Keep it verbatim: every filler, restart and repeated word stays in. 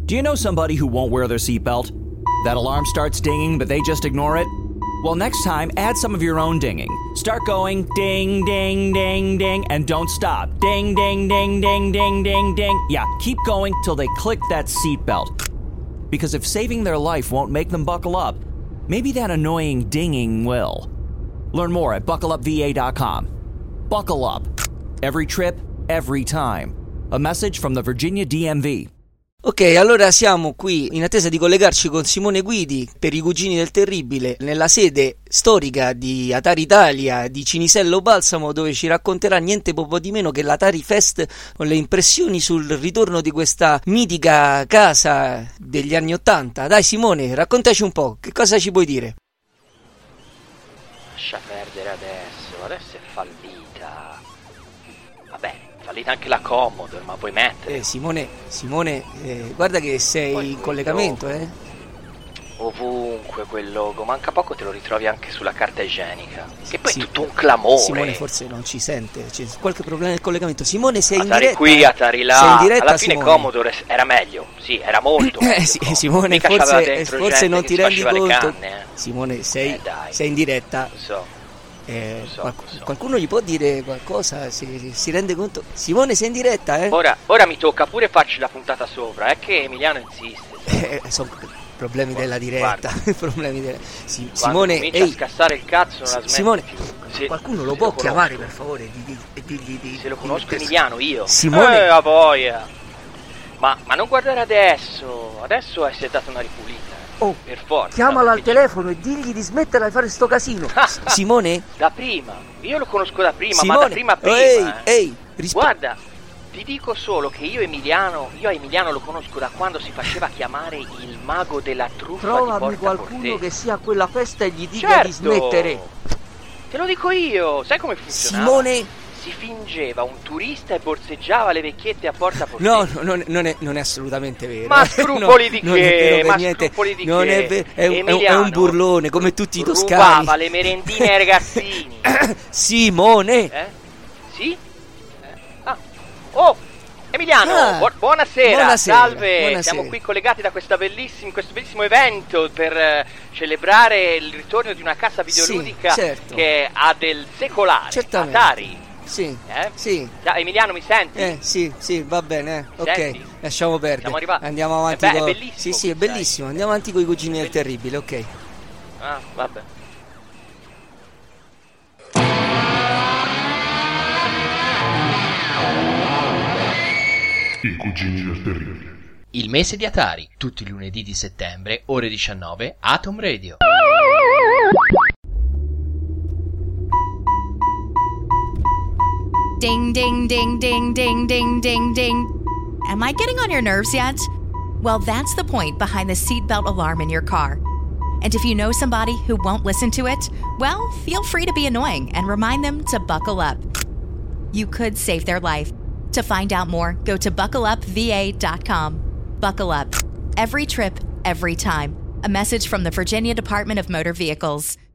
Do you know somebody who won't wear their seatbelt? That alarm starts dinging, but they just ignore it? Well, next time, add some of your own dinging. Start going ding, ding, ding, ding, and don't stop. Ding, ding, ding, ding, ding, ding, ding. Yeah, keep going till they click that seatbelt. Because if saving their life won't make them buckle up, maybe that annoying dinging will. Learn more at buckle up v a dot com. Buckle up. Every trip, every time. A message from the Virginia D M V. Ok, allora siamo qui in attesa di collegarci con Simone Guidi per i Cugini del Terribile nella sede storica di Atari Italia di Cinisello Balsamo, dove ci racconterà niente po' di meno che l'Atari Fest, con le impressioni sul ritorno di questa mitica casa degli anni Ottanta. Dai Simone, raccontaci un po', che cosa ci puoi dire? Lascia perdere adesso, adesso è fallita. Vabbè, fallita anche la Commodore, ma puoi mettere. Eh, Simone, Simone, eh, guarda che sei Poi in collegamento, logo. eh? Ovunque quel logo, manca poco te lo ritrovi anche sulla carta igienica. Che poi Sì. è tutto un clamore. Simone forse non ci sente, c'è qualche problema nel collegamento. Simone, sei in Atari diretta? qui, Atari là. Sei in diretta, Alla fine Simone? Commodore era meglio, sì, era molto meglio. Eh sì, Commodore. Simone, Mica c'aveva forse, dentro forse gente non che ti si rendi faceva le conto. canne, eh. Simone, sei, Eh, dai. sei in diretta. Lo so. Eh, Lo so, qual- lo so. Qualcuno gli può dire qualcosa? Si, si rende conto? Simone, sei in diretta, eh? Ora, ora mi tocca pure farci la puntata sopra, è che Emiliano insiste. Eh, sono problemi della diretta. problemi della... Si- Quando Simone, comincia ehi, a scassare il cazzo non la smette Simone, più. Se- qualcuno se lo può conosco. chiamare per favore? Di, di, e digli di, Se lo di- conosco di- Emiliano io. Simone. Eh, a voglia. Ma, ma non guardare adesso. Adesso è stata una ripulita. Oh, Per forza. chiamalo al perché telefono e digli di smettere di fare sto casino. S- Simone? Da prima. Io lo conosco da prima, Simone, ma da prima prima. ehi, eh. ehi, rispo- Guarda, ti dico solo che io Emiliano, io a Emiliano lo conosco da quando si faceva chiamare il mago della truffa di Trovami Porta qualcuno Portese. che sia a quella festa e gli dica Certo. di smettere. Te lo dico io, sai come funzionava? Simone? Si fingeva un turista e borseggiava le vecchiette a Porta Portese. No, no, non, non è, non è assolutamente vero. Ma scrupoli di non è che? vero per Ma niente. scrupoli di non che? è vero, è, un- è un, è Emiliano un burlone come tutti i toscani. Rubava le merendine ai ragazzini. Simone! Eh? Sì? Eh? Ah. Oh! Emiliano, Ah, bu- buonasera. buonasera, Salve, buonasera. siamo qui collegati da questa bellissima, questo bellissimo evento per eh, celebrare il ritorno di una casa videoludica Sì, certo. che ha del secolare. Certamente. Atari. Sì, Eh? sì. Già, Emiliano, mi senti? Eh, sì, sì, va bene, eh. ok, Senti? lasciamo perdere. Siamo arrivati. Andiamo avanti. Eh beh, è con- bellissimo, Sì, sì, è sai. bellissimo. Andiamo avanti con i Cugini del Terribile, ok. Ah, vabbè. I Cugini del Terribile. Il mese di Atari, tutti i lunedì di settembre, ore diciannove, Atom Radio. Ding, ding, ding, ding, ding, ding, ding, ding. Am I getting on your nerves yet? Well, that's the point behind the seatbelt alarm in your car. And if you know somebody who won't listen to it, well, feel free to be annoying and remind them to buckle up. You could save their life. To find out more, go to buckle up v a dot com. Buckle up. Every trip, every time. A message from the Virginia Department of Motor Vehicles.